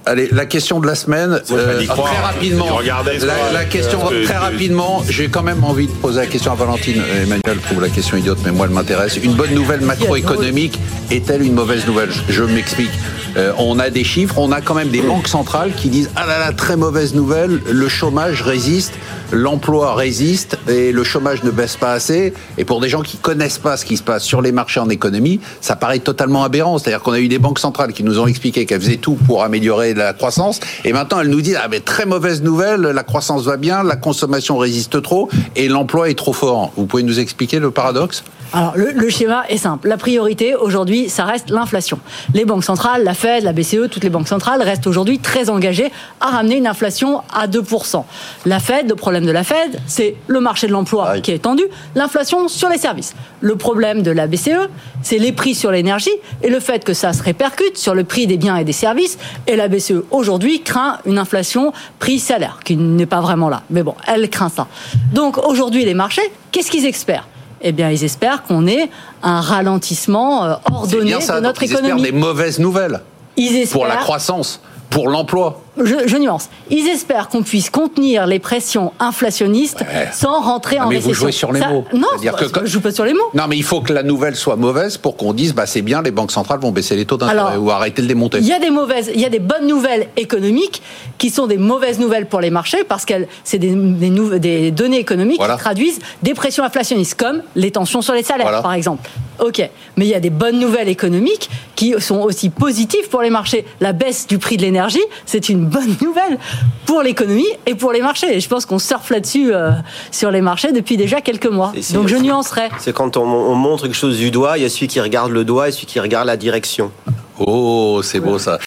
Allez, la question de la semaine, très rapidement. La question très rapidement. J'ai quand même envie de poser la question à Valentine. Emmanuel trouve la question idiote, mais moi elle m'intéresse. Une bonne nouvelle macroéconomique est-elle une mauvaise nouvelle ? Je m'explique. On a des chiffres, on a quand même des banques centrales qui disent ah là là, très mauvaise nouvelle, le chômage résiste, l'emploi résiste et le chômage ne baisse pas assez. Et pour des gens qui connaissent pas ce qui se passe sur les marchés en économie, ça paraît totalement aberrant. C'est-à-dire qu'on a eu des banques centrales qui nous ont expliqué qu'elles faisaient tout pour améliorer la croissance, et maintenant elles nous disent ah mais très mauvaise nouvelle, la croissance va bien, la consommation résiste trop et l'emploi est trop fort. Vous pouvez nous expliquer le paradoxe ? Alors, le schéma est simple. La priorité, aujourd'hui, ça reste l'inflation. Les banques centrales, la Fed, la BCE, toutes les banques centrales restent aujourd'hui très engagées à ramener une inflation à 2%. La Fed, le problème de la Fed, c'est le marché de l'emploi qui est tendu, l'inflation sur les services. Le problème de la BCE, c'est les prix sur l'énergie et le fait que ça se répercute sur le prix des biens et des services. Et la BCE, aujourd'hui, craint une inflation prix-salaire, qui n'est pas vraiment là. Mais bon, elle craint ça. Donc, aujourd'hui, les marchés, qu'est-ce qu'ils espèrent ? Eh bien, ils espèrent qu'on ait un ralentissement ordonné de notre économie. Ils espèrent des mauvaises nouvelles pour la croissance, pour l'emploi. Je nuance. Ils espèrent qu'on puisse contenir les pressions inflationnistes sans rentrer en récession. Mais vous jouez sur les mots. Non, je joue pas sur les mots. Non, mais il faut que la nouvelle soit mauvaise pour qu'on dise c'est bien, les banques centrales vont baisser les taux d'intérêt ou arrêter de les monter. Il y a des bonnes nouvelles économiques qui sont des mauvaises nouvelles pour les marchés parce que c'est des données économiques qui traduisent des pressions inflationnistes, comme les tensions sur les salaires, par exemple. Ok, mais il y a des bonnes nouvelles économiques qui sont aussi positives pour les marchés. La baisse du prix de l'énergie, c'est une bonne nouvelle pour l'économie et pour les marchés. Et je pense qu'on surfe là-dessus sur les marchés depuis déjà quelques mois. Donc je nuancerai. C'est quand on montre quelque chose du doigt, il y a celui qui regarde le doigt et celui qui regarde la direction. Oh, c'est beau ça.